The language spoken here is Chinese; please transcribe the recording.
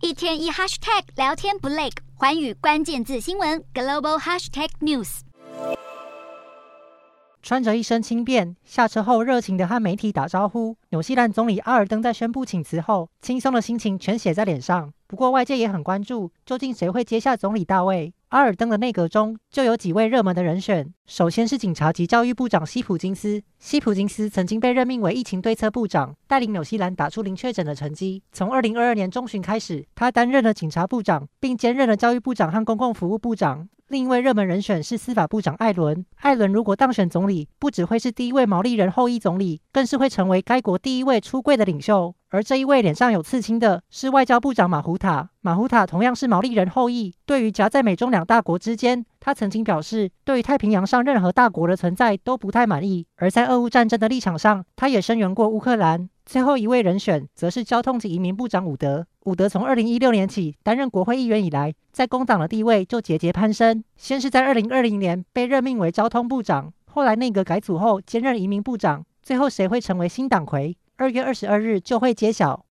一天一 hashtag 聊天不累，寰宇关键字新闻 global hashtag news。 穿着一身轻便，下车后热情地和媒体打招呼。纽西兰总理阿尔登在宣布请辞后，轻松的心情全写在脸上。不过外界也很关注，究竟谁会接下总理大位？阿尔登的内阁中就有几位热门的人选。首先是警察及教育部长希普金斯。希普金斯曾经被任命为疫情对策部长，带领纽西兰打出零确诊的成绩。从2022年中旬开始，他担任了警察部长，并兼任了教育部长和公共服务部长。另一位热门人选是司法部长艾伦。艾伦如果当选总理，不只会是第一位毛利人后裔总理，更是会成为该国第一位出柜的领袖。而这一位脸上有刺青的是外交部长马胡塔。马胡塔同样是毛利人后裔，对于夹在美中两大国之间，他曾经表示，对于太平洋上任何大国的存在都不太满意。而在俄乌战争的立场上，他也声援过乌克兰。最后一位人选则是交通及移民部长伍德。伍德从2016年起担任国会议员以来，在工党的地位就节节攀升。先是在2020年被任命为交通部长，后来内阁改组后兼任移民部长。最后谁会成为新党魁？2月22日就会揭晓。